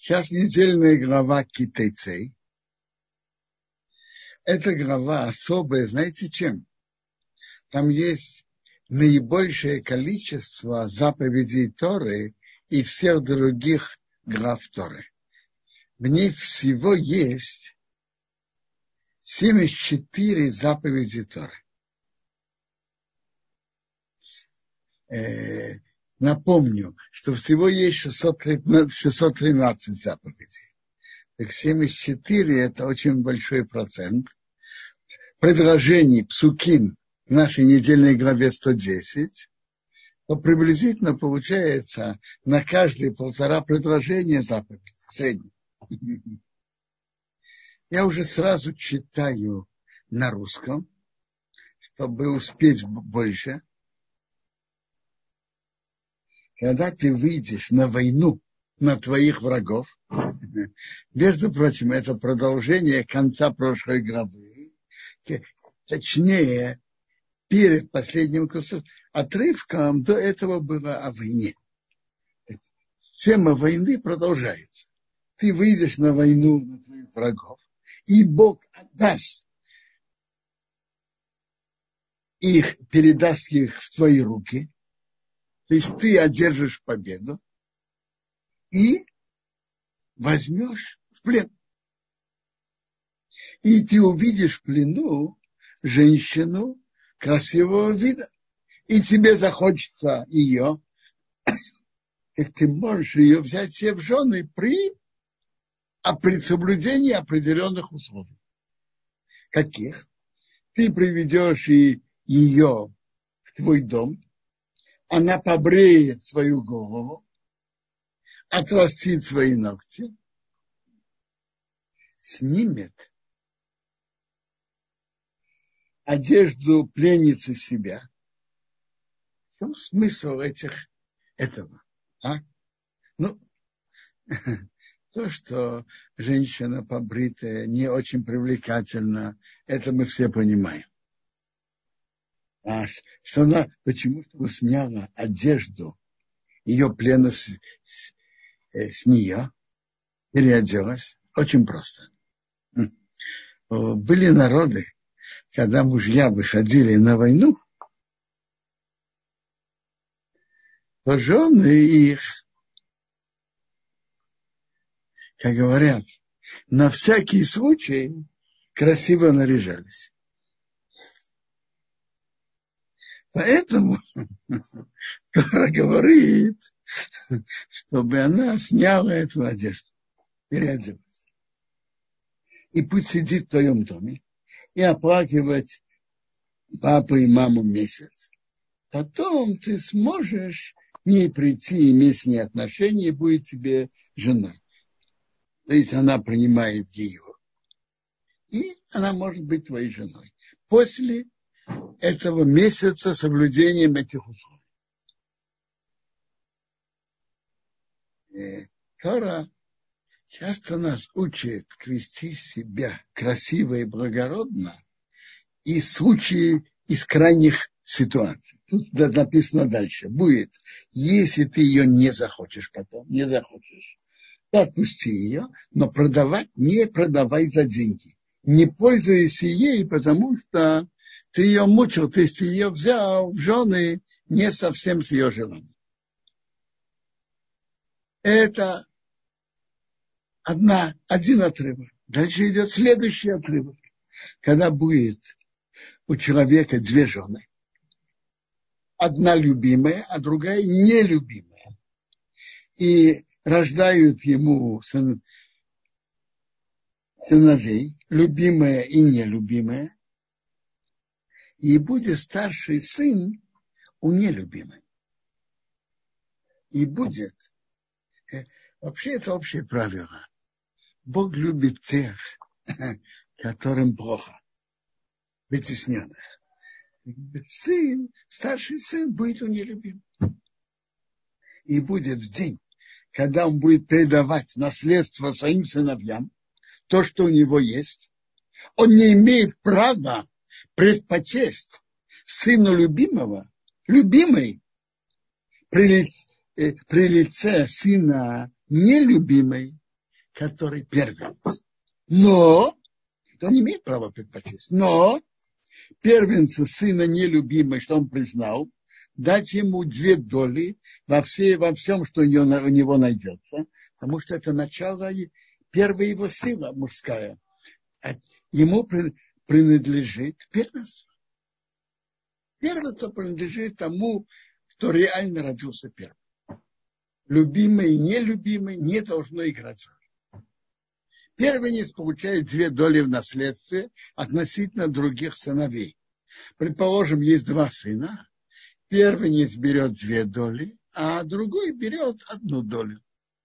Сейчас недельная глава Китайцей. Эта глава особая, знаете чем? Там есть наибольшее количество заповедей Торы и всех других глав Торы. В ней всего есть 74 заповеди Торы. Напомню, что всего есть 613 заповедей. Так 74 – это очень большой процент. Предложений псуким в нашей недельной главе 110, то приблизительно получается на каждые 1,5 предложения заповедь. Средний. Я уже сразу читаю на русском, чтобы успеть больше. Когда ты выйдешь на войну на твоих врагов, между прочим, это продолжение конца прошлой главы, точнее, перед последним отрывком до этого было о войне. Тема войны продолжается. Ты выйдешь на войну на твоих врагов, и Бог отдаст их, передаст их в твои руки, то есть ты одержишь победу и возьмешь в плен. И ты увидишь в плену женщину красивого вида, и тебе захочется ее, и ты можешь ее взять себе в жены при соблюдении определенных условий. Каких? Ты приведешь ее в твой дом, она побреет свою голову, отрастит свои ногти, снимет одежду пленницы себя. В чем смысл этого? То, что женщина побритая не очень привлекательна, это мы все понимаем. Что она, почему сняла одежду ее плена с нее, переоделась? Очень просто. Были народы, когда мужья выходили на войну, то жены их, как говорят, на всякий случай красиво наряжались. Поэтому Тора говорит, чтобы она сняла эту одежду, переоделась. И пусть сидит в твоем доме и оплакивать папу и маму месяц. Потом ты сможешь к ней прийти, иметь с ней отношения, и будет тебе жена. То есть она принимает ее. И она может быть твоей женой. После этого месяца соблюдением этих условий. Тора часто нас учит вести себя красиво и благородно и случаи из крайних ситуаций. Тут написано дальше. Будет, если ты ее не захочешь потом, не захочешь, то отпусти ее, но не продавай за деньги. Не пользуйся ей, потому что ты ее мучил, то есть ты ее взял в жены не совсем с ее желанием. Это один отрывок. Дальше идет следующий отрывок. Когда будет у человека 2 жены. Одна любимая, а другая нелюбимая. И рождают ему сыновей, любимая и нелюбимая. И будет старший сын у нелюбимой. И будет. Вообще это общее правило. Бог любит тех, которым плохо, вытесненных. Старший сын будет у нелюбимой. И будет в день, когда он будет передавать наследство своим сыновьям, то, что у него есть, он не имеет права предпочесть сыну любимой, при лице сына нелюбимой, который первенец. Но, он не имеет права предпочесть, но первенца сына нелюбимый, что он признал, дать ему 2 доли во всем, что у него найдется, потому что это начало, первая его сила мужская. Ему принадлежит первенство. Первенство принадлежит тому, кто реально родился первым. Любимый и нелюбимый не должно играть роль. Первенец получает 2 доли в наследстве относительно других сыновей. Предположим, есть 2 сына. Первенец берет 2 доли, а другой берет 1 долю.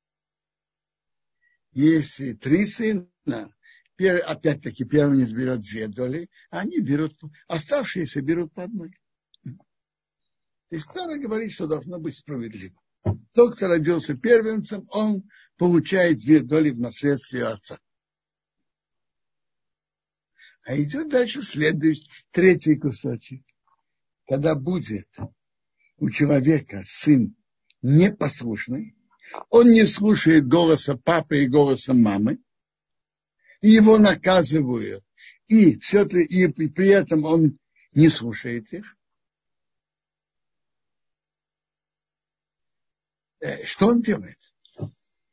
Если 3 сына, опять-таки первенец берет 2 доли, а они берут, оставшиеся берут по 1. И Тора говорит, что должно быть справедливо. Тот, кто родился первенцем, он получает 2 доли в наследстве отца. А идет дальше следующий, 3 кусочек. Когда будет у человека сын непослушный, он не слушает голоса папы и голоса мамы, и его наказывают, и при этом он не слушает их. Что он делает? В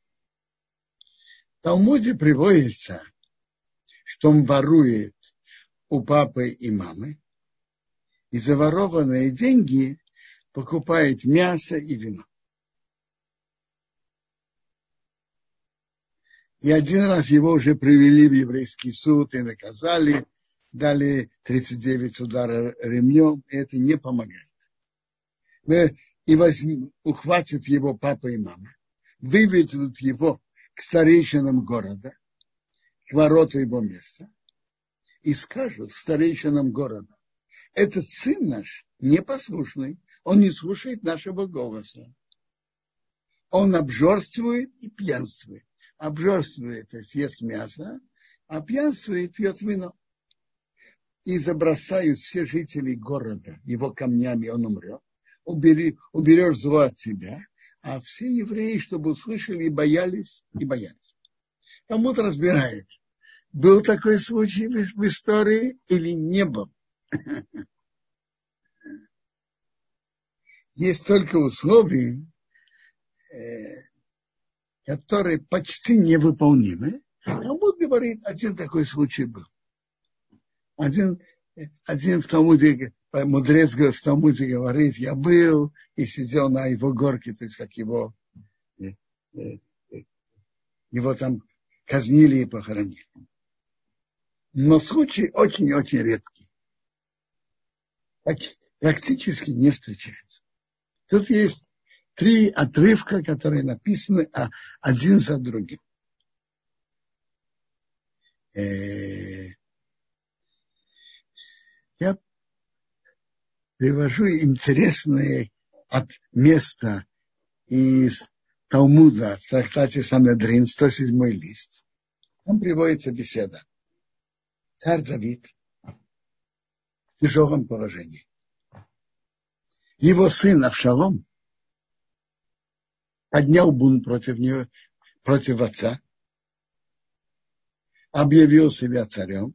Талмуде приводится, что он ворует у папы и мамы, и за ворованные деньги покупает мясо и вино. И один раз его уже привели в еврейский суд и наказали, дали 39 ударов ремнем, и это не помогает. И ухватят его папа и мама, выведут его к старейшинам города, к вороту его места, и скажут старейшинам города: этот сын наш непослушный, он не слушает нашего голоса. Он обжорствует и пьянствует. Обжорствует, то есть ест мясо, а пьянствует, пьет вино. И забросают все жители города его камнями, он умрет. Уберешь зло от себя, а все евреи, чтобы услышали, и боялись. Кому-то разбирает, был такой случай в истории или не был. Есть только условия, которые почти невыполнимы. Талмуд говорит, один такой случай был. Один в Талмуде, мудрец в Талмуде говорит: я был и сидел на его горке, то есть как его там казнили и похоронили. Но случай очень-очень редкий. Практически не встречается. Тут есть 3 отрывка, которые написаны один за другим. Я привожу интересные места из Талмуда в трактате Санедрин, 107 лист. Там приводится беседа. Царь Давид в тяжелом положении. Его сын Авшалом поднял бунт против него, против отца, объявил себя царем,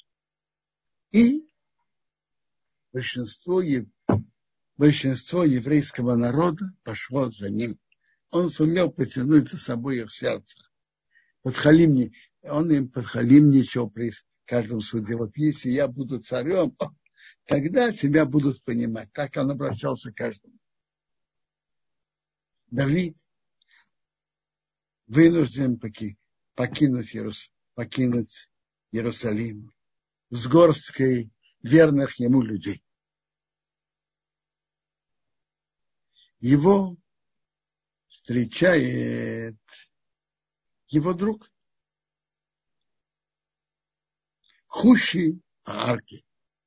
и большинство еврейского народа пошло за ним. Он сумел потянуть за собой их сердце. Он им подхалимничал при каждом суде. Вот если я буду царем, тогда тебя будут понимать. Так он обращался к каждому. Давид вынужден покинуть Иерусалим с горсткой верных ему людей. Его встречает его друг Хуши Аарки.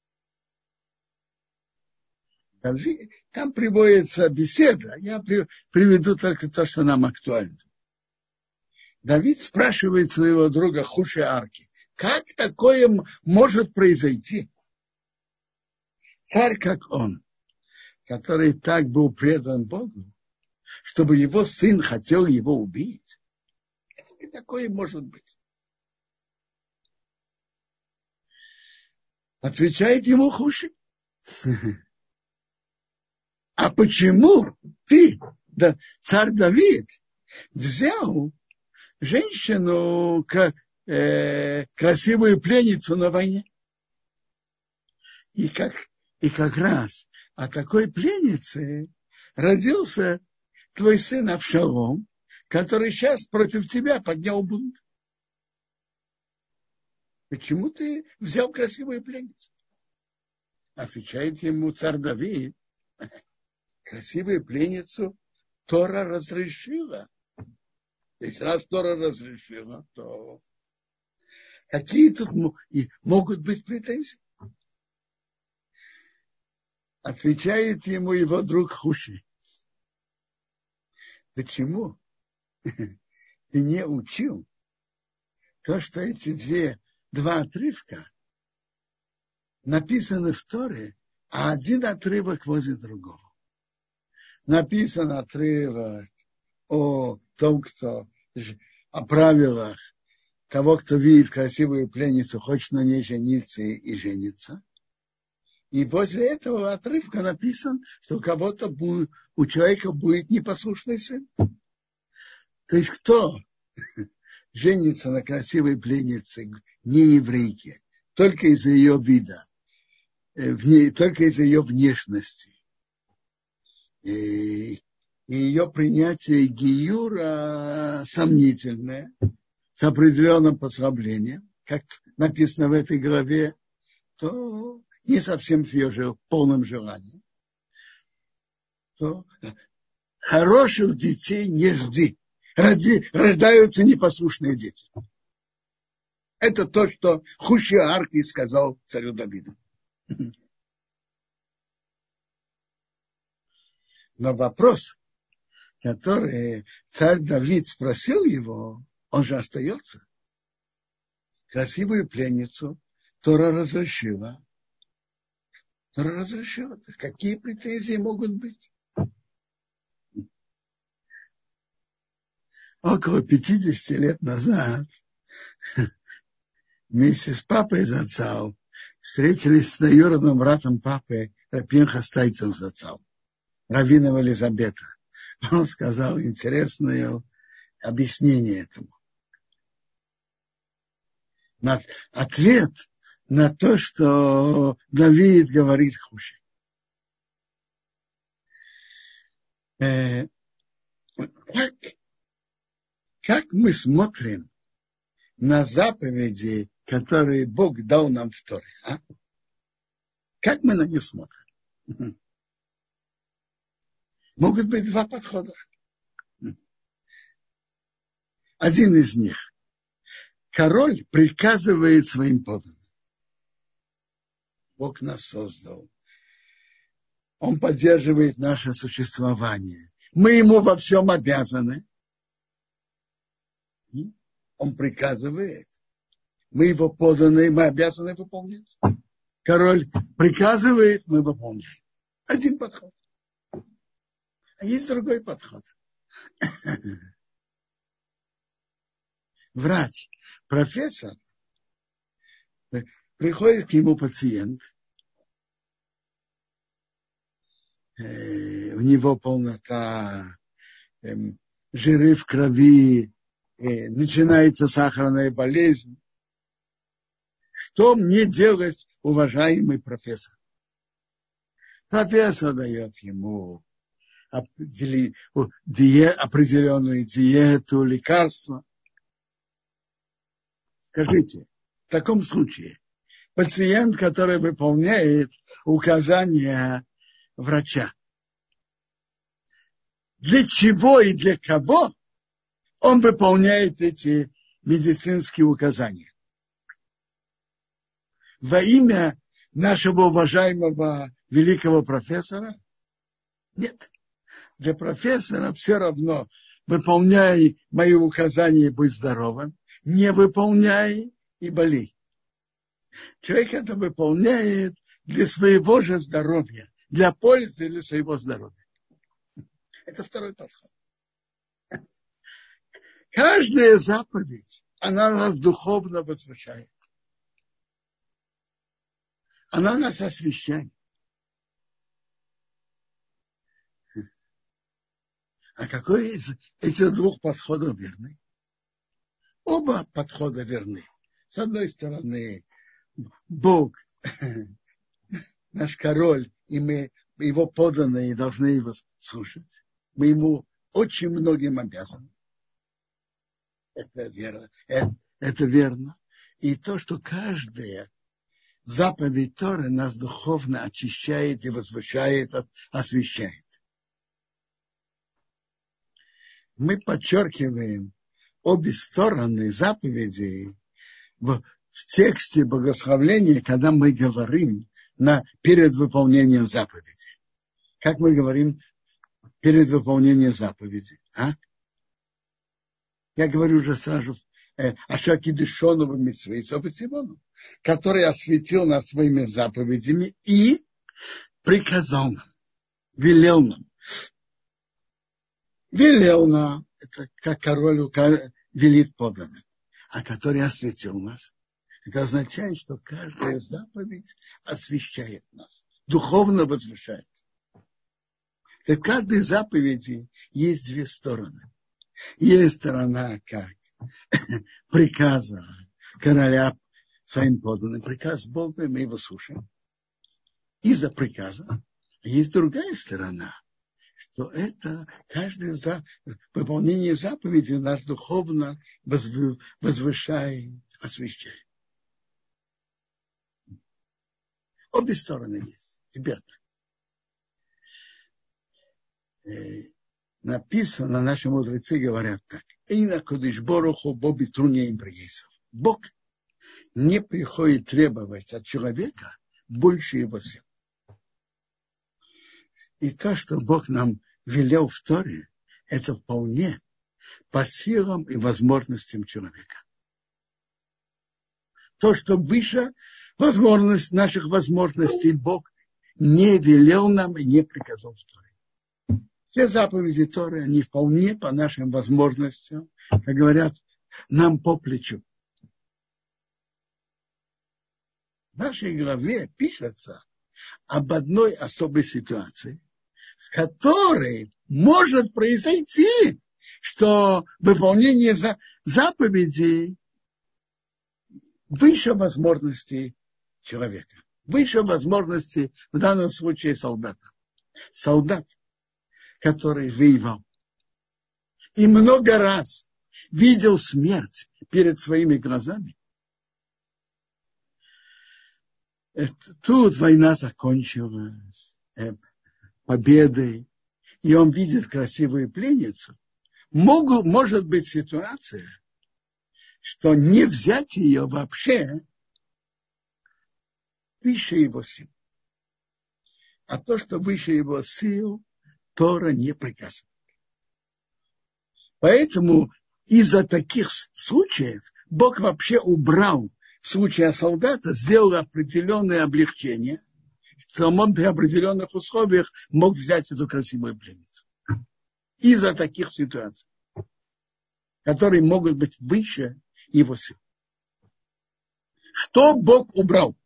Там приводится беседа. Я приведу только то, что нам актуально. Давид спрашивает своего друга Хуши Аарки: как такое может произойти? Царь, как он, который так был предан Богу, чтобы его сын хотел его убить. И такое может быть. Отвечает ему Хуши. А почему ты, да, царь Давид, взял женщину, красивую пленницу на войне? И как раз от такой пленницы родился твой сын Авшалом, который сейчас против тебя поднял бунт. Почему ты взял красивую пленницу? Отвечает ему царь Давид: красивую пленницу Тора разрешила. Если раз Тора разрешила, то какие тут могут быть претензии? Отвечает ему его друг Хуши: почему ты не учил то, что эти два отрывка написаны в Торе, а один отрывок возле другого? Написан отрывок о том, о правилах того, кто видит красивую пленницу, хочет на ней жениться и жениться. И возле этого отрывка написано, что у человека будет непослушный сын. То есть кто женится на красивой пленнице, не еврейке, только из-за ее вида, только из-за ее внешности, и ее принятие гиюра сомнительное, с определенным послаблением, как написано в этой главе, то не совсем с ее полным желанием, то хороших детей не жди. Рождаются непослушные дети. Это то, что Хуши Арки сказал царю Давиду. Но вопрос, который царь Давид спросил его, он же остается. Красивую пленницу Тора разрешила. Какие претензии могут быть? Около 50 лет назад вместе с папой Зацал встретились с двоюродным братом папы Рапинха Стайцем Зацал, раввином Елизабета. Он сказал интересное объяснение этому. Ответ на то, что Давид говорит Хуши. Как мы смотрим на заповеди, которые Бог дал нам в Торе? А? Как мы на них смотрим? Могут быть два подхода. Один из них. Король приказывает своим подданным. Бог нас создал. Он поддерживает наше существование. Мы ему во всем обязаны. И он приказывает. Мы его подданные, мы обязаны выполнять. Король приказывает, мы выполняем. Один подход. А есть другой подход. Врач, профессор, приходит к нему пациент, у него полнота, жиры в крови, начинается сахарная болезнь. Что мне делать, уважаемый профессор? Профессор дает ему определенную диету, лекарства. Скажите, в таком случае пациент, который выполняет указания врача, для чего и для кого он выполняет эти медицинские указания? Во имя нашего уважаемого великого профессора? Нет. Для профессора все равно: выполняй мои указания и будь здоровым, не выполняй и болей. Человек это выполняет для своего же здоровья, для пользы для своего здоровья. Это второй подход. Каждая заповедь, она нас духовно возвышает. Она нас освящает. А какой из этих двух подходов верный? Оба подхода верны. С одной стороны, Бог, наш король, и мы, его подданные, должны его слушать. Мы ему очень многим обязаны. Это верно. Это верно. И то, что каждая заповедь Торы нас духовно очищает и возвышает, освящает. Мы подчеркиваем обе стороны заповедей в тексте богословления, когда мы говорим перед выполнением заповеди. Как мы говорим перед выполнением заповеди? Я говорю уже сразу Ашаки Дешонова Митцвей Софицимону, который осветил нас своими заповедями и приказал нам, велел нам. Велел нам, это как король велит подданным, а который осветил нас. Это означает, что каждая заповедь освящает нас, духовно возвышает. В каждой заповеди есть две стороны. Есть сторона как приказа короля своим подданным. Приказ Бога, мы его слушаем. Из-за приказа. А есть другая сторона, что это каждое выполнение заповеди нас духовно возвышает, освящает. Обе стороны есть. Теперь написано, наши мудрецы говорят так. Бог не приходит требовать от человека больше его сил. И то, что Бог нам велел в Торе, это вполне по силам и возможностям человека. То, что выше наших возможностей, Бог не велел нам и не приказал в Торе. Все заповеди Торы, они вполне по нашим возможностям, как говорят, нам по плечу. В нашей главе пишется об одной особой ситуации, в которой может произойти, что выполнение заповедей выше возможностей человека, выше возможностей, в данном случае, солдата. Солдат, который воевал и много раз видел смерть перед своими глазами. Тут война закончилась победой, и он видит красивую пленницу. Может быть ситуация, что не взять ее вообще выше его сил. А то, что выше его сил, Тора не приказывает. Поэтому из-за таких случаев Бог вообще убрал в случае солдата, сделал определенное облегчение, что он при определенных условиях мог взять эту красивую пленницу. Из-за таких ситуаций, которые могут быть выше его сил. Что Бог убрал?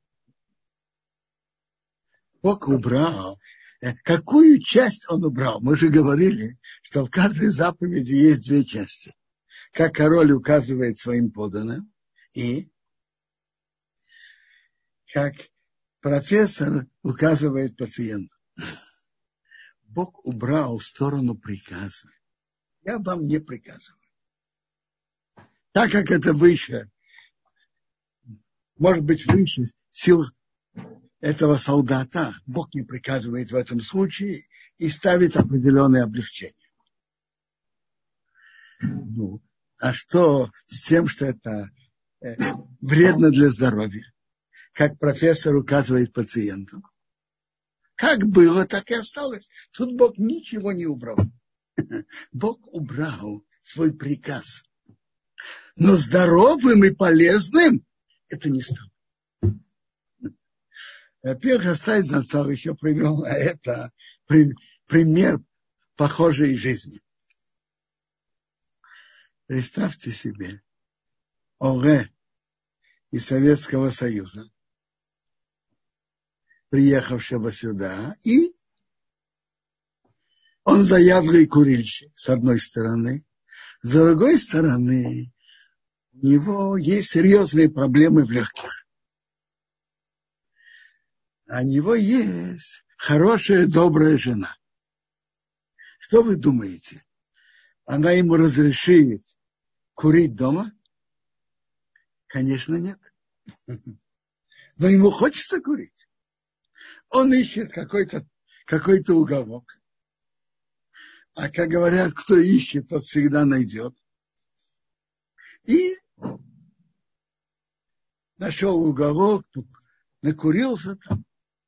Бог убрал. Какую часть он убрал? Мы же говорили, что в каждой заповеди есть две части. Как король указывает своим подданным, и как профессор указывает пациенту. Бог убрал в сторону приказа. Я вам не приказываю. Так как это выше, может быть, выше сил этого солдата, Бог не приказывает в этом случае и ставит определенное облегчение. А что с тем, что это вредно для здоровья? Как профессор указывает пациенту. Как было, так и осталось. Тут Бог ничего не убрал. Бог убрал свой приказ. Но здоровым и полезным это не стало. Во-первых, оставить Зацал еще привел, а это пример похожей жизни. Представьте себе, Оре из Советского Союза, приехавшего сюда, и он заядлый курильщик, с одной стороны. С другой стороны, у него есть серьезные проблемы в легких. А у него есть хорошая, добрая жена. Что вы думаете? Она ему разрешит курить дома? Конечно, нет. Но ему хочется курить. Он ищет какой-то уголок. А как говорят, кто ищет, тот всегда найдет. И нашел уголок, накурился там.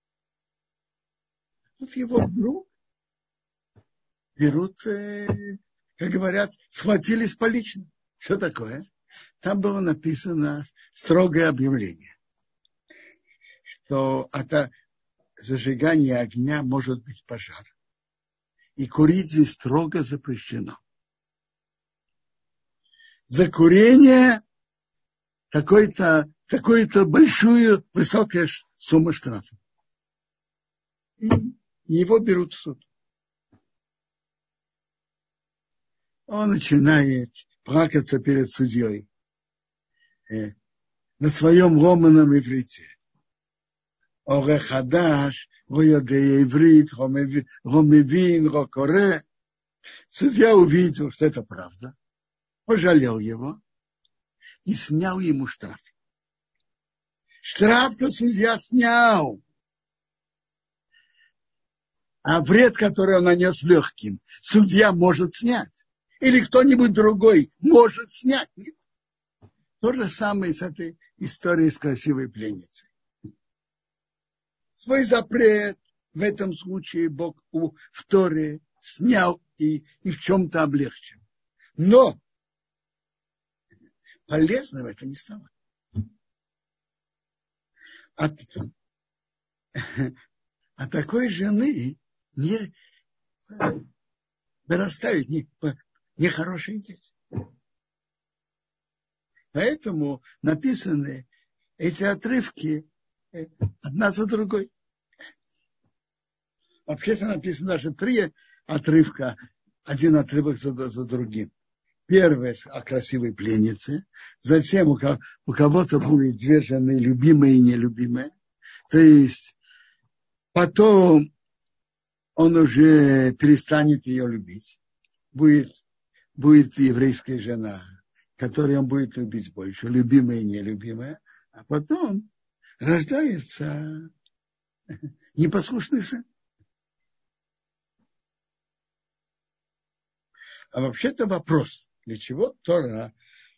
Тут его вдруг берут, как говорят, схватились полично. Что такое? Там было написано строгое объявление, что от зажигания огня может быть пожар. И курить здесь строго запрещено. За курение такую-то большую, высокая сумма штрафа. И его берут в суд. Он начинает плакаться перед судьей на своем ломаном иврите. Оре хадаш, воядея иврит, ромевин, рокоре. Судья увидел, что это правда, пожалел его и снял ему штраф. Штраф-то судья снял. А вред, который он нанес легким, судья может снять. Или кто-нибудь другой может снять. Нет. То же самое с этой историей с красивой пленницей. Свой запрет в этом случае Бог в Торе снял и в чем-то облегчил. Но полезным это не стало. От такой жены не вырастают нехорошие дети. Поэтому написаны эти отрывки одна за другой. Вообще-то написано даже 3 отрывка, один отрывок за другим. Первый о красивой пленнице, затем у кого-то будет 2 жены, любимые и нелюбимые. То есть потом он уже перестанет ее любить. Будет еврейская жена, которую он будет любить больше, любимая и нелюбимая. А потом рождается непослушный сын. А вообще-то вопрос, для чего Тора,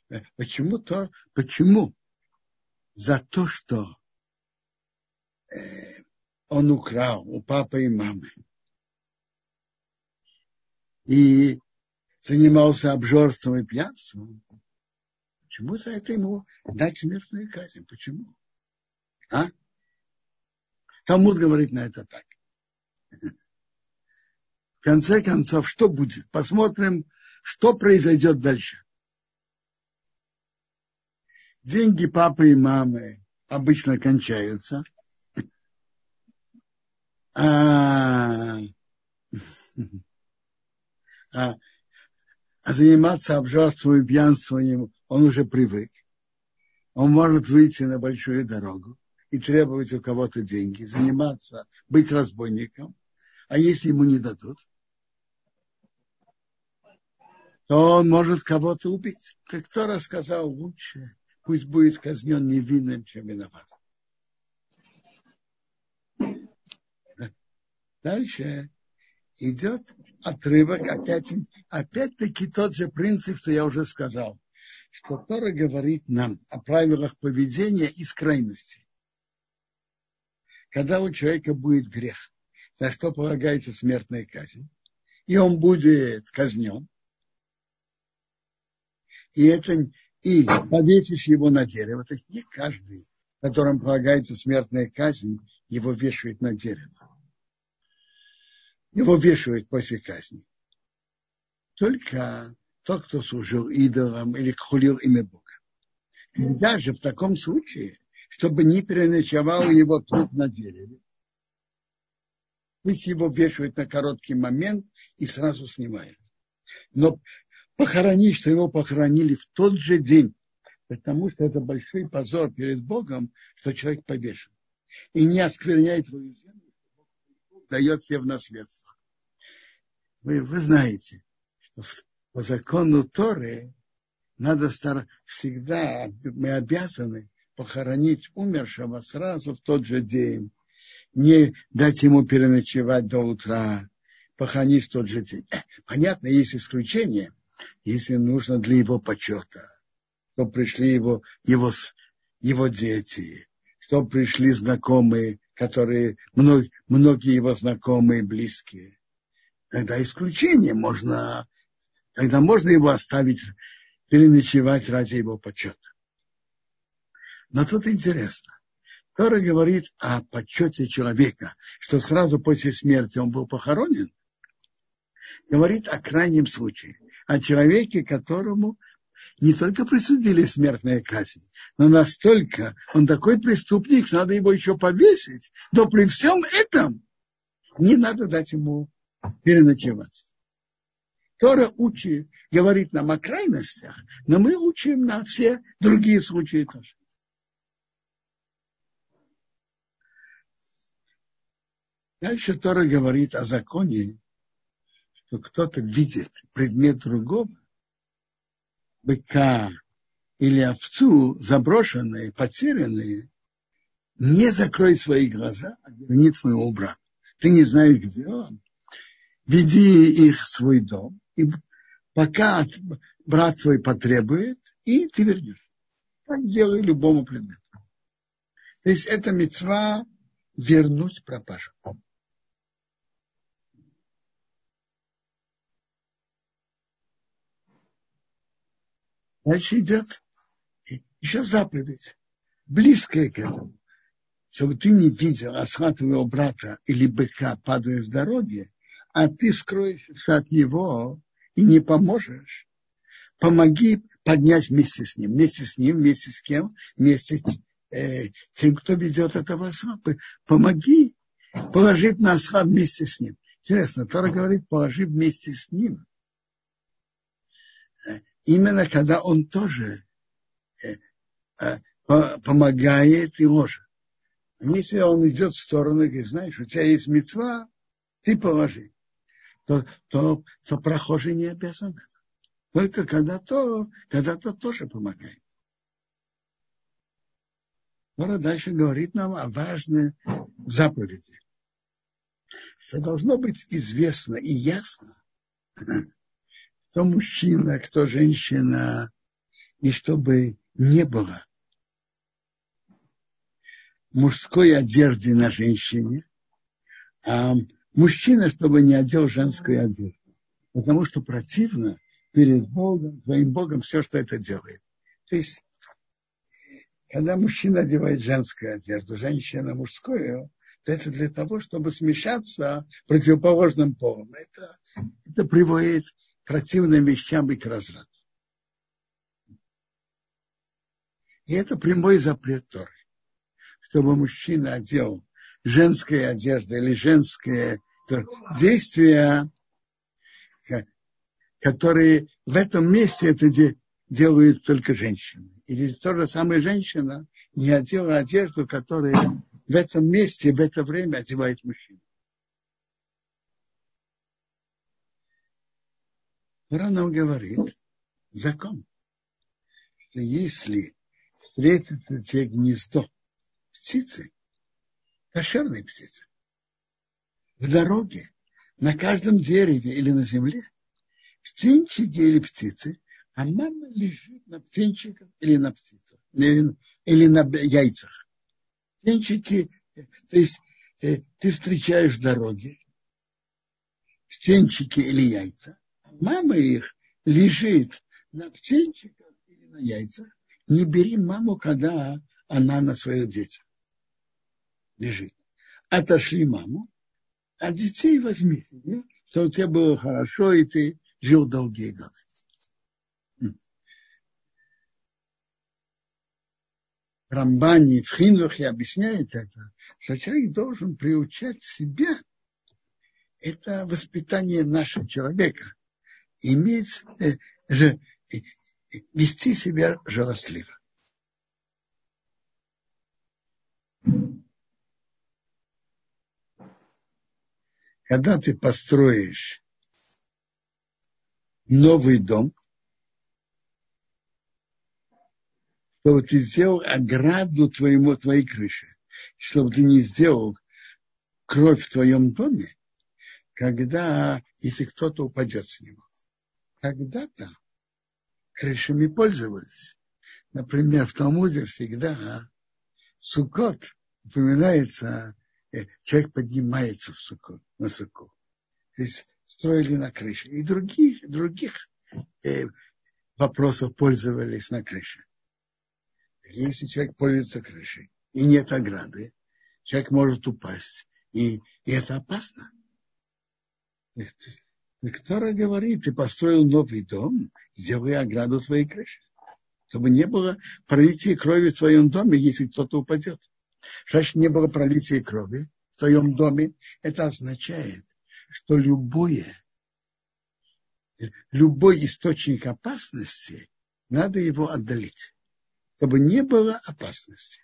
почему за то, что он украл у папы и мамы и занимался обжорством и пьянством, почему за это ему дать смертную казнь? Почему? Талмуд говорит на это так. В конце концов, что будет? Посмотрим, что произойдет дальше. Деньги папы и мамы обычно кончаются. А заниматься обжорством и пьянством он уже привык. Он может выйти на большую дорогу и требовать у кого-то деньги, заниматься, быть разбойником. А если ему не дадут, то он может кого-то убить. Так кто рассказал лучше? Пусть будет казнен невинным, чем виноватым. Дальше идет отрывок, опять-таки тот же принцип, что я уже сказал, что Тора говорит нам о правилах поведения из крайности. Когда у человека будет грех, за что полагается смертная казнь, и он будет казнен, и повесишь его на дерево, то есть не каждый, которому полагается смертная казнь, его вешают на дерево. Его вешают после казни. Только тот, кто служил идолам или хулил имя Бога. Даже в таком случае, чтобы не переночевал его труп на дереве, пусть его вешают на короткий момент и сразу снимают. Но похоронить, что его похоронили в тот же день, потому что это большой позор перед Богом, что человек повешен. И не оскверняет свою землю, дает себе в наследство. Вы знаете, что по закону Торы надо всегда, мы обязаны похоронить умершего сразу в тот же день, не дать ему переночевать до утра, похоронить в тот же день. Понятно, есть исключения, если нужно для его почета, что пришли его дети, что пришли знакомые, которые, многие его знакомые, близкие. Тогда исключение тогда можно его оставить, переночевать ради его почета. Но тут интересно. Тора говорит о почете человека, что сразу после смерти он был похоронен, говорит о крайнем случае, о человеке, которому не только присудили смертную казнь, но настолько он такой преступник, что надо его еще повесить, но при всем этом не надо дать ему переночевать. Тора говорит нам о крайностях, но мы учим на все другие случаи тоже. Дальше Тора говорит о законе, что кто-то видит предмет другого, быка или овцу, заброшенные, потерянные, не закрой свои глаза, а верни твоего брата. Ты не знаешь, где он. Веди их в свой дом, и пока брат твой потребует, и ты вернешь. Так делай любому предмету. То есть это мицва вернуть пропажу. Дальше идет еще заповедь, близкая к этому. Чтобы ты не видел асхат твоего брата или быка, падая с дороги, а ты скроешься от него и не поможешь, помоги поднять вместе с ним. Вместе с ним, вместе с кем? Вместе с тем, кто ведет этого асхата. Помоги положить на асхат вместе с ним. Интересно, Тора говорит, положи вместе с ним. Именно когда он тоже помогает и ложит. Если он идет в сторону и говорит, знаешь, у тебя есть мицва, ты положи, то прохожий не обязан. Только когда тот тоже помогает. Тора дальше говорит нам о важной заповеди, что должно быть известно и ясно, кто мужчина, кто женщина, и чтобы не было мужской одежды на женщине, а мужчина, чтобы не одел женскую одежду. Потому что противно перед Богом, своим Богом, все, что это делает. То есть, когда мужчина одевает женскую одежду, женщина мужскую, то это для того, чтобы смешаться противоположным полом. Это приводит к противным вещам и к разврату. И это прямой запрет Торы. Чтобы мужчина одел женскую одежду или женские действия, которые в этом месте это делают только женщины. Или то же самое женщина не одела одежду, которую в этом месте, в это время одевает мужчина. Тора нам говорит закон, что если встретится тебе гнездо птицы, кошерной птицы, в дороге, на каждом дереве или на земле, птенчики или птицы, а мама лежит на птенчиках или на птицах, или на яйцах. Птенчики, то есть ты встречаешь в дороге птенчики или яйца, а мама их лежит на птенчиках или на яйцах. Не бери маму, когда она на своих детях лежит. Отошли маму, а детей возьми себе, чтобы у тебя было хорошо, и ты жил долгие годы. Рамбане в Хинухе объясняет это, что человек должен приучать себя, это воспитание нашего человека, иметь, вести себя жалостливо. Когда ты построишь новый дом, чтобы ты сделал ограду твоей крыши, чтобы ты не сделал кровь в твоем доме, если кто-то упадет с него. Когда-то крышами пользовались. Например, в Талмуде всегда Суккот упоминается, человек поднимается в Суккот, на Суккот. То есть строили на крыше. И других вопросов пользовались на крыше. Если человек пользуется крышей и нет ограды, человек может упасть. И это опасно. Кто говорит, ты построил новый дом, сделай ограду твоей крыши, чтобы не было пролития крови в твоем доме, если кто-то упадет. Значит, не было пролития крови в твоем доме. Это означает, что любой источник опасности, надо его отдалить, чтобы не было опасности.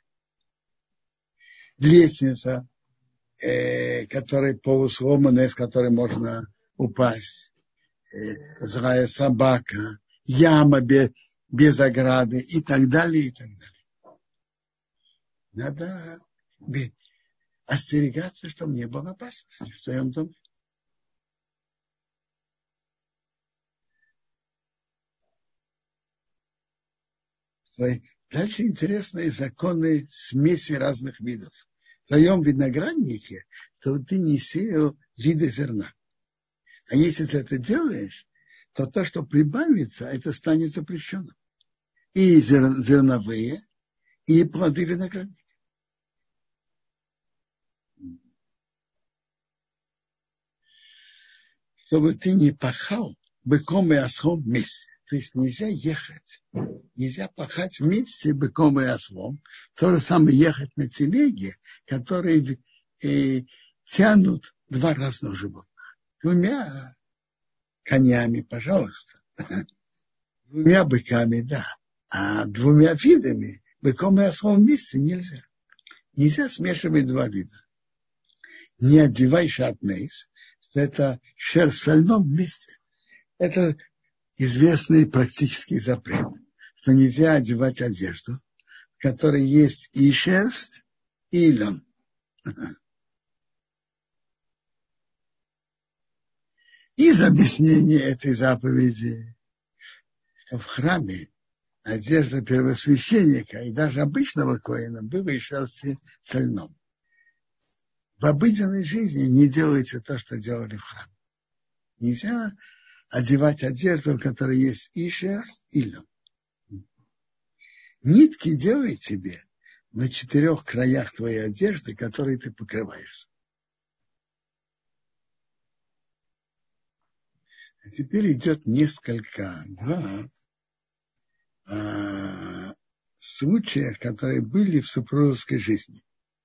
Лестница, которая полусломанная, с которой можно упасть, злая собака, яма без ограды и так далее, и так далее. Надо остерегаться, чтобы не было опасности в своем доме. Дальше интересные законы смеси разных видов. В твоем винограднике, то ты не сеял виды зерна. А если ты это делаешь, то то, что прибавится, это станет запрещенным. И зерновые, и плоды виноградника. Чтобы ты не пахал быком и ослом вместе. То есть нельзя пахать вместе быком и ослом. То же самое ехать на телеге, которые тянут два разных животных. Двумя конями, пожалуйста. Двумя быками, да. А двумя видами, быком и ослом вместе, нельзя. Нельзя смешивать два вида. Не одевай шатнейс, это шерсть в сольном вместе. Это известный практический запрет, что нельзя одевать одежду, в которой есть и шерсть, и лен. Из объяснения этой заповеди, что в храме одежда первосвященника и даже обычного коэна была из шерсти со льном. В обыденной жизни не делайте то, что делали в храме. Нельзя одевать одежду, в которой есть и шерсть, и лен. Нитки делай тебе на 4 краях твоей одежды, которые ты покрываешься. А теперь идет несколько глав о случаях, которые были в супружеской жизни.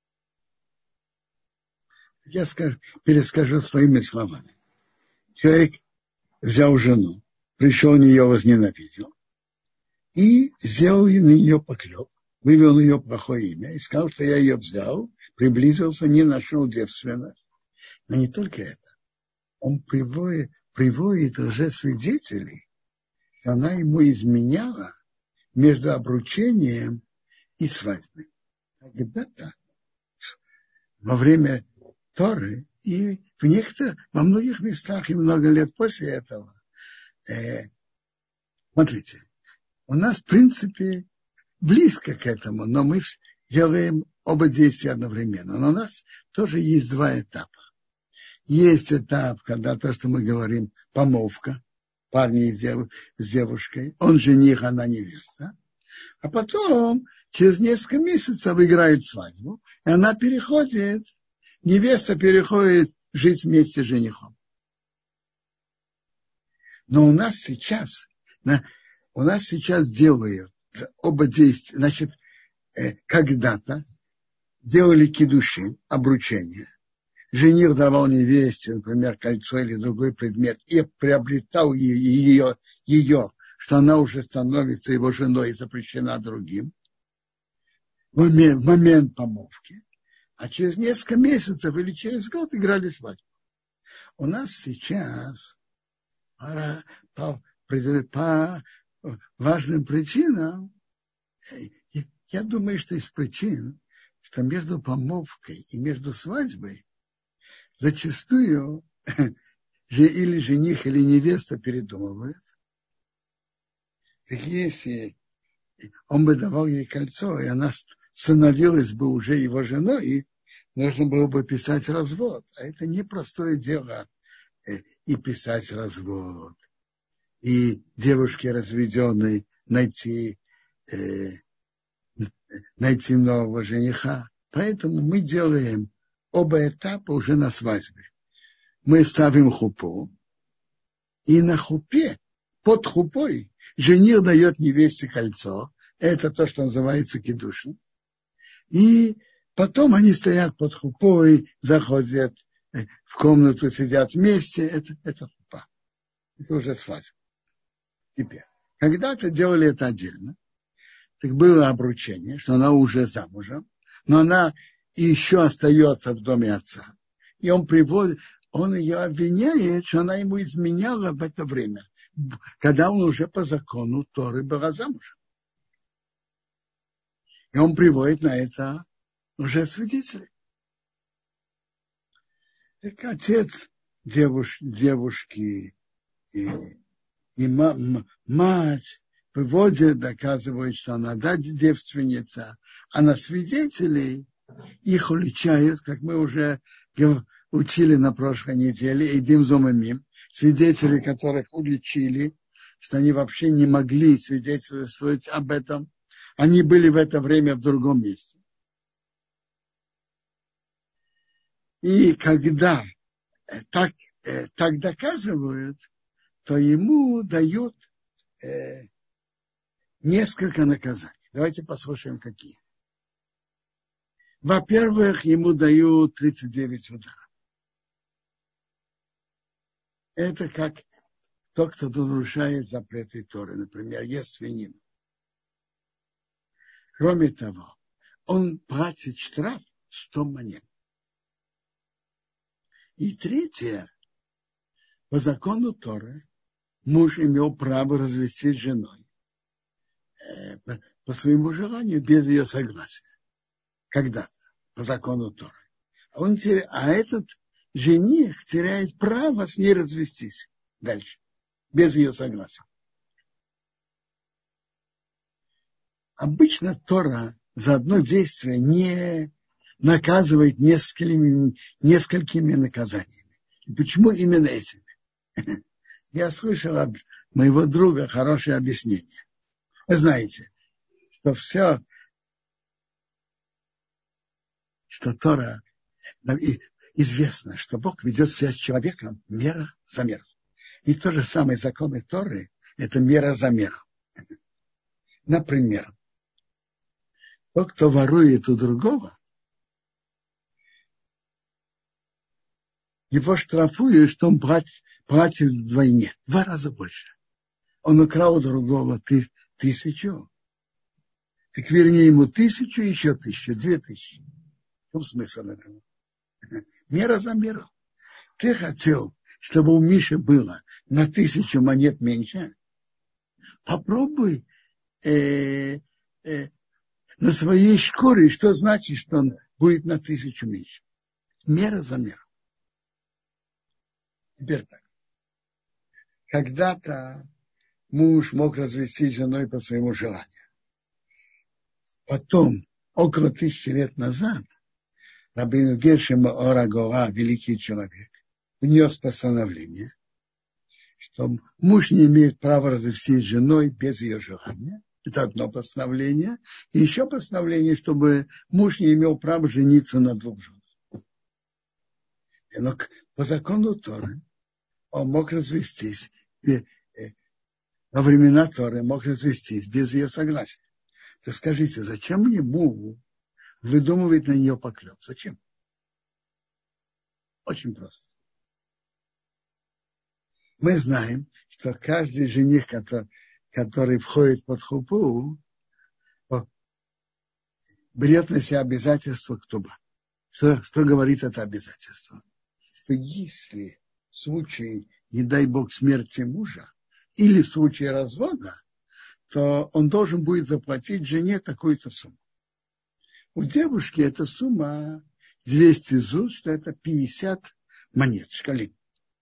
Я перескажу своими словами. Человек взял жену, пришел на нее, возненавидел, и сделал на нее поклеп, вывел на нее плохое имя, и сказал, что я ее взял, приблизился, не нашел девственность. Но не только это. Он приводит лжесвидетелей, что она ему изменяла между обручением и свадьбой. Когда-то во время Торы и во многих местах и много лет после этого, смотрите, у нас, в принципе, близко к этому, но мы делаем оба действия одновременно. Но у нас тоже есть 2 этапа. Есть этап, когда то, что мы говорим, помолвка, парни с девушкой, он жених, она невеста. А потом, через несколько месяцев, играют свадьбу, и невеста переходит жить вместе с женихом. Но у нас сейчас делают оба действия. Значит, когда-то делали кидушин, обручение. Жених давал невесте, например, кольцо или другой предмет, и приобретал ее, что она уже становится его женой и запрещена другим в момент помолвки. А через несколько месяцев или через год играли свадьбу. У нас сейчас по важным причинам, я думаю, что из причин, что между помолвкой и между свадьбой зачастую или жених, или невеста передумывают. Так если он бы давал ей кольцо, и она становилась бы уже его женой, и нужно было бы писать развод. А это непростое дело и писать развод, и девушке разведенной найти нового жениха. Поэтому мы делаем оба этапа уже на свадьбе. Мы ставим хупу, и на хупе, под хупой, жених дает невесте кольцо. Это то, что называется кидушин. И потом они стоят под хупой, заходят в комнату, сидят вместе. Это хупа. Это уже свадьба. Теперь, когда-то делали это отдельно. Так было обручение, что она уже замужем, но она еще остается в доме отца. И он ее обвиняет, что она ему изменяла в это время, когда он уже по закону Торы была замужем. И он приводит на это уже свидетелей. Так отец девушки и мать выводят, доказывают, что она девственница, а на свидетелей их уличают, как мы уже учили на прошлой неделе, Эдим Зомамим, свидетели, которых уличили, что они вообще не могли свидетельствовать об этом. Они были в это время в другом месте. И когда так доказывают, то ему дают несколько наказаний. Давайте послушаем, какие. Во-первых, ему дают 39 ударов. Это как тот, кто нарушает запреты Торы, например, ест свинину. Кроме того, он платит штраф 100 монет. И третье, по закону Торы, муж имел право развестись с женой по своему желанию, без ее согласия. Когда-то, по закону Торы. А этот жених теряет право с ней развестись дальше, без ее согласия. Обычно Тора за одно действие не наказывает несколькими наказаниями. И почему именно этими? Я слышал от моего друга хорошее объяснение. Вы знаете, что Тора, известно, что Бог ведет себя с человеком мера за меру. И то же самое законы Торы – это мера за меру. Например, тот, кто ворует у другого, его штрафуют, что он платит вдвойне, 2 раза больше. Он украл у другого 1000, так вернее ему 1000, еще 1000, 2000. В чем смысл этого? Мера за меру. Ты хотел, чтобы у Миши было на 1000 монет меньше? Попробуй на своей шкуре, что значит, что он будет на 1000 меньше. Мера за меру. Теперь так. Когда-то муж мог развестись с женой по своему желанию. Потом, около 1000 лет назад, Рабейну Гершем Ор ха-Гора, великий человек, внес постановление, что муж не имеет права развестись с женой без ее желания. Это одно постановление. И еще постановление, чтобы муж не имел права жениться на 2 женах. Но по закону Торы он мог развестись, во времена Торы мог развестись без ее согласия. то скажите, зачем ему выдумывать на нее поклеп? Зачем? Очень просто. Мы знаем, что каждый жених, который входит под хупу, берет на себя обязательство ктуба. Что говорит это обязательство? Что если в случае, не дай бог, смерти мужа или в случае развода, то он должен будет заплатить жене такую-то сумму. У девушки эта сумма 200 зуз, что это 50 монет, шкалин.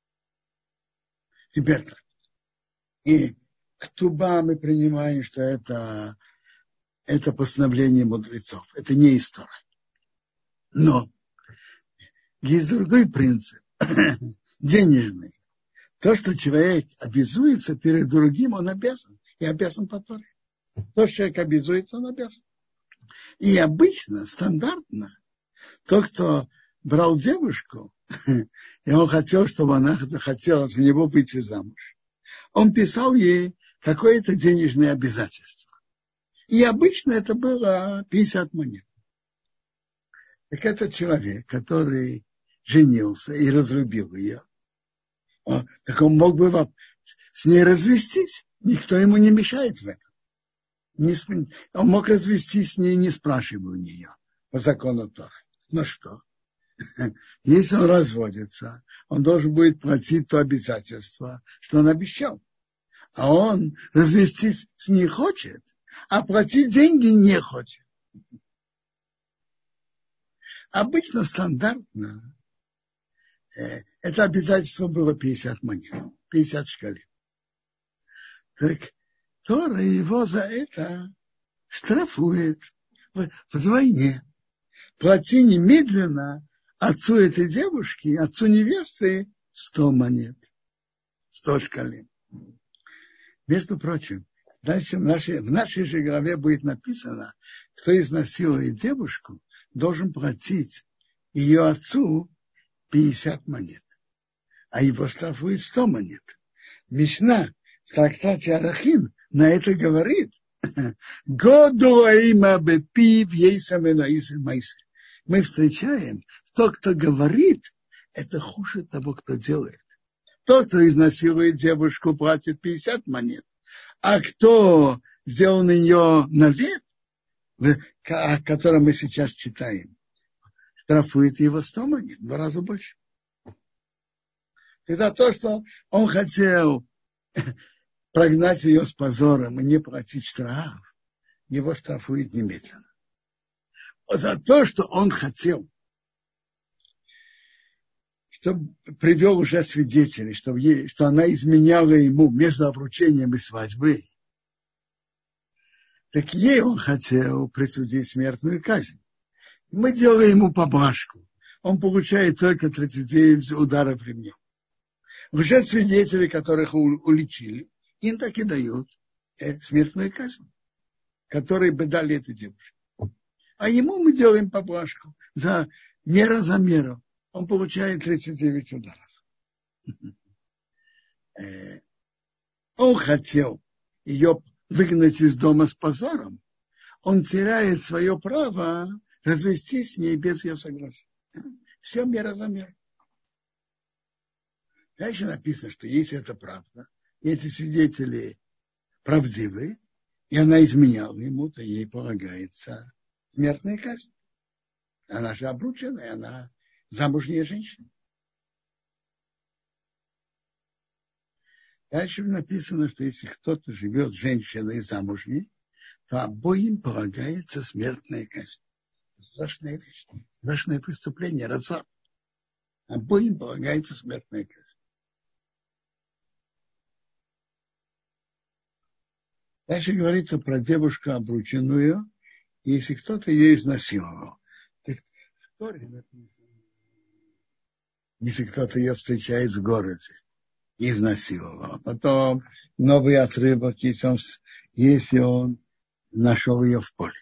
Теперь так. И ктуба мы принимаем, что это постановление мудрецов. Это не история. Но есть другой принцип, денежный. То, что человек обязуется перед другим, он обязан. И обязан по Торе. То, что человек обязуется, он обязан. И обычно, стандартно, тот, кто брал девушку, и он хотел, чтобы она захотела за него выйти замуж, он писал ей какое-то денежное обязательство. И обычно это было 50 монет. Так этот человек, который женился и разлюбил ее, так он мог бы с ней развестись. Никто ему не мешает в этом. Он мог развестись с ней, не спрашивая у нее по закону Торы. Но что? Если он разводится, он должен будет платить то обязательство, что он обещал. А он развестись с ней хочет, а платить деньги не хочет. Обычно стандартно это обязательство было 50 монет, 50 шкалин. Так Тора его за это штрафует вдвойне. Плати немедленно отцу этой девушки, отцу невесты 100 монет, 100 шкалин. Между прочим, дальше в нашей же главе будет написано, кто изнасилует девушку, должен платить ее отцу 50 монет, а его штрафует 100 монет. Мишна в трактате Арахим на это говорит, мы встречаем, тот, кто говорит, это хуже того, кто делает. Тот, кто изнасилует девушку, платит 50 монет, а кто сделал на нее навет, о котором мы сейчас читаем, штрафует его 100 монет, в 2 раза больше. И за то, что он хотел прогнать ее с позором и не платить штраф, его штрафует немедленно. А за то, что он хотел, чтобы привел уже свидетелей, что она изменяла ему между обручением и свадьбой, так ей он хотел присудить смертную казнь. Мы делаем ему поблажку. Он получает только 39 ударов ремнем. Уже свидетели, которых уличили, им так и дают смертную казнь, которые бы дали этой девушке. А ему мы делаем поблажку за меру. Он получает 39 ударов. Он хотел ее выгнать из дома с позором. Он теряет свое право развестись с ней без ее согласия. Все мера за меру. Дальше написано, что если это правда, и эти свидетели правдивы, и она изменяла ему, то ей полагается смертная казнь. Она же обрученная, она замужняя женщина. Дальше написано, что если кто-то живет с женщиной замужней, то обоим полагается смертная казнь. Страшная вещь, страшное преступление, разврат. Обоим полагается смертная казнь. Дальше говорится про девушку обрученную, если кто-то ее изнасиловал. Так, если кто-то ее встречает в городе, изнасиловал. Потом новый отрывок, если он нашел ее в поле.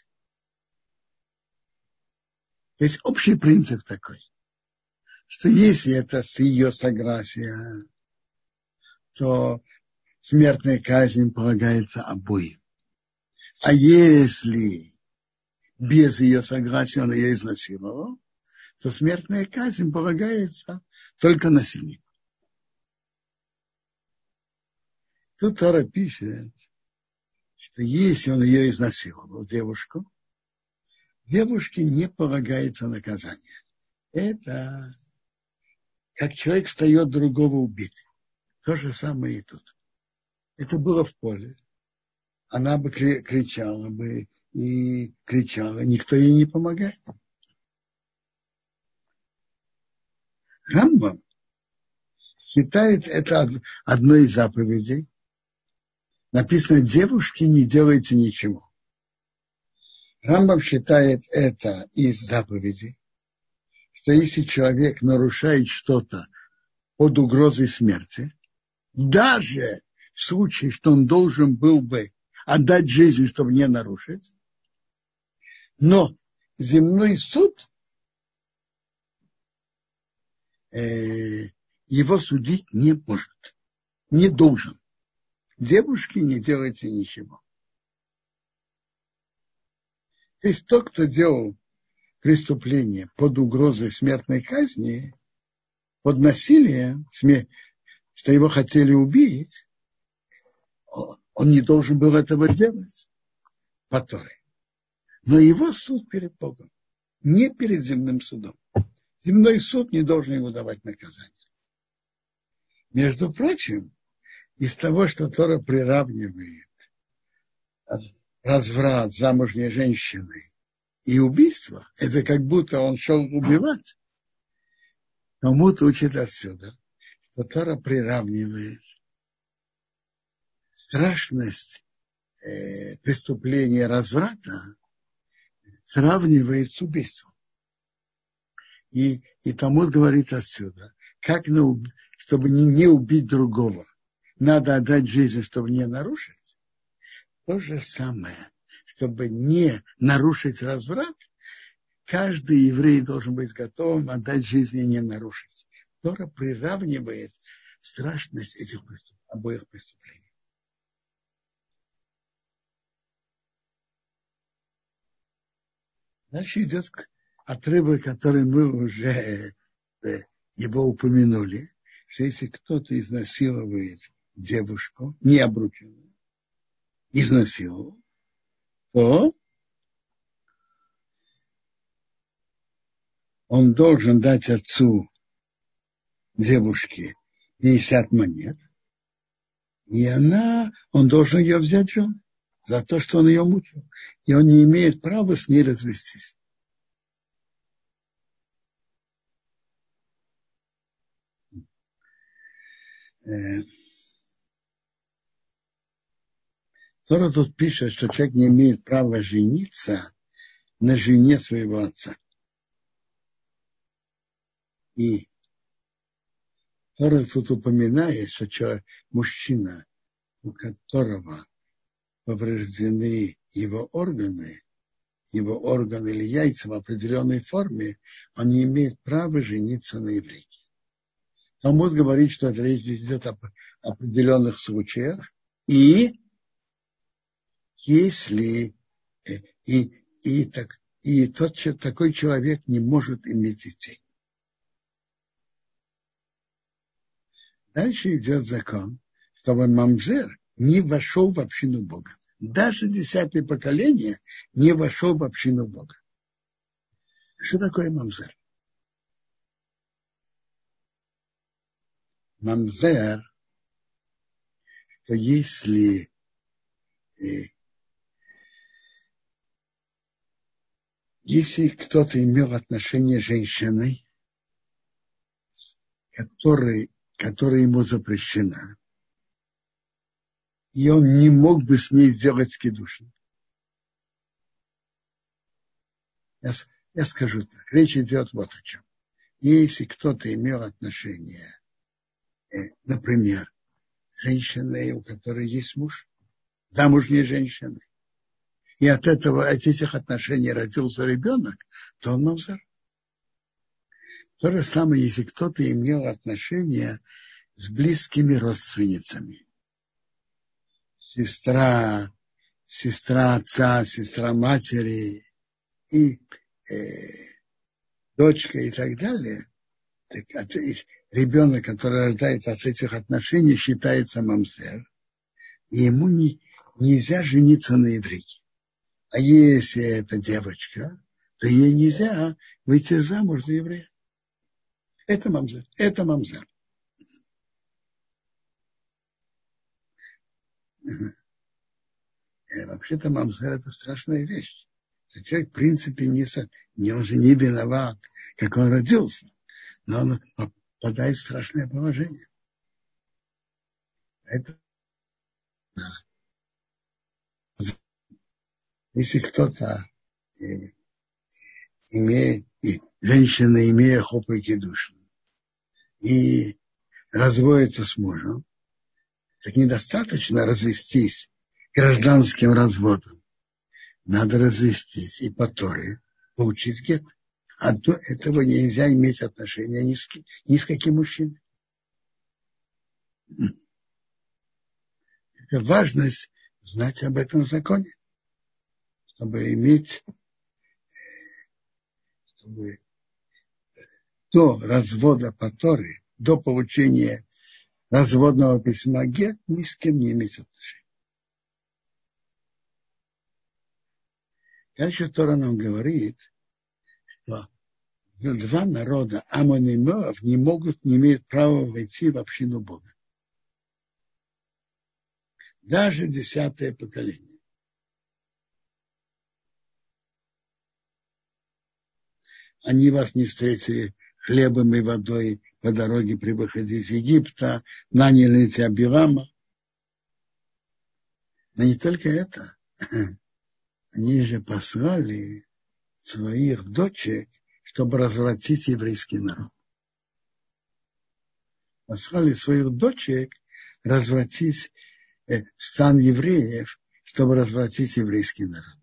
То есть общий принцип такой, что если это с ее согласия, то смертная казнь полагается обоим. А если без ее согласия он ее изнасиловал, то смертная казнь полагается только насильнику. Тут Тора пишет, что если он ее изнасиловал, девушке не полагается наказание. Это как человек встает другого убить. То же самое и тут. Это было в поле. Она бы кричала бы и кричала, никто ей не помогает. Рамбам считает это одной из заповедей. Написано, девушки, не делайте ничего. Рамбам считает это из заповедей, что если человек нарушает что-то под угрозой смерти, даже в случае, что он должен был бы отдать жизнь, чтобы не нарушить, но земной суд его судить не может, не должен. Девушки, не делайте ничего. То есть тот, кто делал преступление под угрозой смертной казни, под насилием, что его хотели убить, он не должен был этого делать по Торе. Но его суд перед Богом, не перед земным судом. Земной суд не должен ему давать наказание. Между прочим, из того, что Тора приравнивает разврат замужней женщины и убийство, это как будто он шел убивать. Кому-то учит отсюда, что Тора приравнивает страшность преступления разврата, сравнивает с убийством. И Талмуд говорит отсюда, как чтобы не убить другого, надо отдать жизнь, чтобы не нарушить. То же самое, чтобы не нарушить разврат, каждый еврей должен быть готовым отдать жизнь и не нарушить. Тора приравнивает страшность этих обоих преступлений. Дальше идет отрывок, который мы уже его упомянули, что если кто-то изнасилует девушку, не обрученную, изнасиловал, то он должен дать отцу девушки 50 монет, и он должен ее взять в жены за то, что он ее мучил. И он не имеет права с ней развестись. Тора тут пишет, что человек не имеет права жениться на жене своего отца. И Тора тут упоминает, что мужчина, у которого повреждены его органы или яйца в определенной форме, он не имеет права жениться на еврейке. Талмуд говорит, что это речь идет о определенных случаях, и если такой человек не может иметь детей. Дальше идет закон, чтобы мамзер не вошел в общину Бога. Даже 10-е поколение не вошел в общину Бога. Что такое мамзер? Мамзер, что если кто-то имел отношение с женщиной, которая ему запрещена, и он не мог бы с ней сделать кидушин. Я скажу так. Речь идет вот о чем. Если кто-то имел отношение, например, женщины, у которой есть муж, замужней женщины, и от этих отношений родился ребенок, то он мамзер. То же самое, если кто-то имел отношения с близкими родственницами. Сестра сестра отца, сестра матери и дочка и так далее, так, ребенок, который рождается от этих отношений, считается мамзер, и ему нельзя жениться на еврейке. А если это девочка, то ей нельзя выйти замуж за еврея. Это мамзер. Это мамзер. Вообще-то мамзер – это страшная вещь. Человек, в принципе, он же не виноват, как он родился, но он попадает в страшное положение. Это, если кто-то женщина, имея хопу и кидушин, и разводится с мужем, так недостаточно развестись гражданским разводом. Надо развестись и по Торе получить гет. А до этого нельзя иметь отношения ни с каким мужчиной. Это важность знать об этом законе, чтобы до развода по Торе, до получения разводного письма гет, ни с кем не иметь отношений. Дальше Тора нам говорит, что два народа, Амон и Моав, не имеют права войти в общину Бога. Даже 10-е поколение. Они вас не встретили хлебом и водой по дороге при выходе из Египта, наняли тебя Билама. Но не только это. Они же послали своих дочек, чтобы развратить еврейский народ. Послали своих дочек развратить стан евреев, чтобы развратить еврейский народ.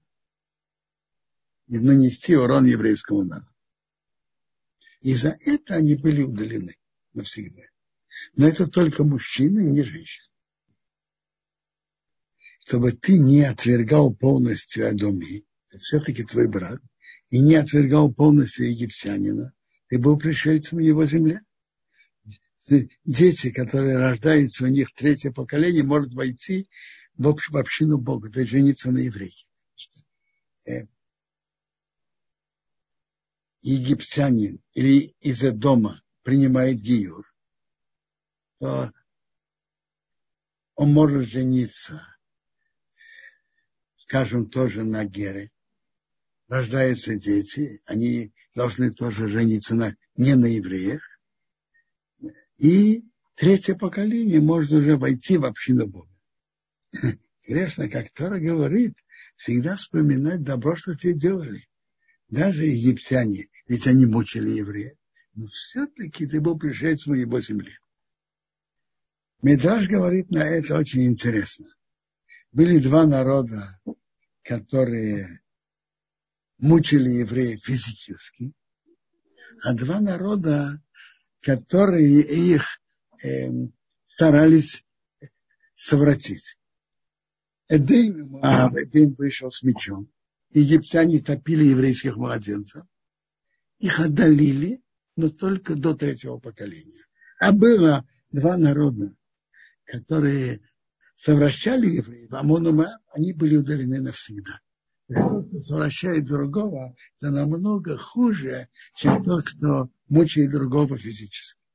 И нанести урон еврейскому народу. И за это они были удалены навсегда. Но это только мужчины, не женщины. Чтобы ты не отвергал полностью Адоми, это все-таки твой брат, и не отвергал полностью египтянина, ты был пришельцем в его земле. Дети, которые рождаются, у них 3-е поколение, может войти в общину Бога, то есть жениться на еврейке. Египтянин или из-за дома принимает гиюр, то он может жениться, скажем, тоже на гере. Рождаются дети, они должны тоже жениться не на евреях. И 3-е поколение может уже войти в общину Бога. Интересно, как Тора говорит, всегда вспоминать добро, что те делали. Даже египтяне, ведь они мучили евреев. Но все-таки ты был пришельцем в его земле. Мидраш говорит на это очень интересно. Были 2 народа, которые мучили евреев физически, а 2 народа, которые их старались совратить. Эдем пришел с мечом. Египтяне топили еврейских младенцев. Их одолели, но только до 3-го поколения. А было 2 народа, которые совращали евреев, Амон и Моав, они были удалены навсегда. Кто совращает другого, это намного хуже, чем тот, кто мучает другого физически.